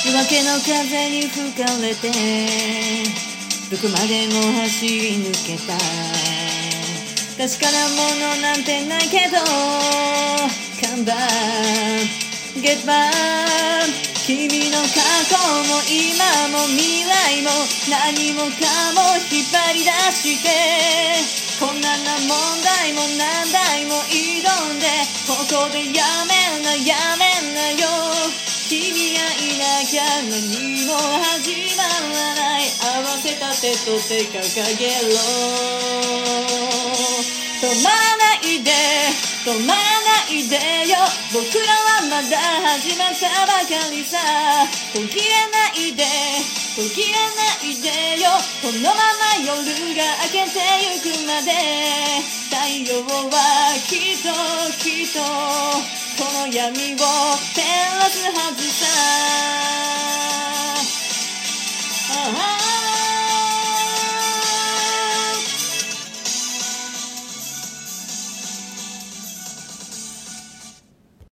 夜明けの風に吹かれてどこまでも走り抜けた。確かなものなんてないけど Come back Get back 君の過去も今も未来も何もかも引っ張り出して困難な問題も難題も挑んでここでやめんなやめんなよ。君がいなきゃ何も始まらない。合わせた手と手掲げろ。止まらないで止まらないでよ。僕らはまだ始まったばかりさ。途切れないで途切れないでよ。このまま夜が明けてゆくまで太陽はきっときっとこの闇を照らすはずさ。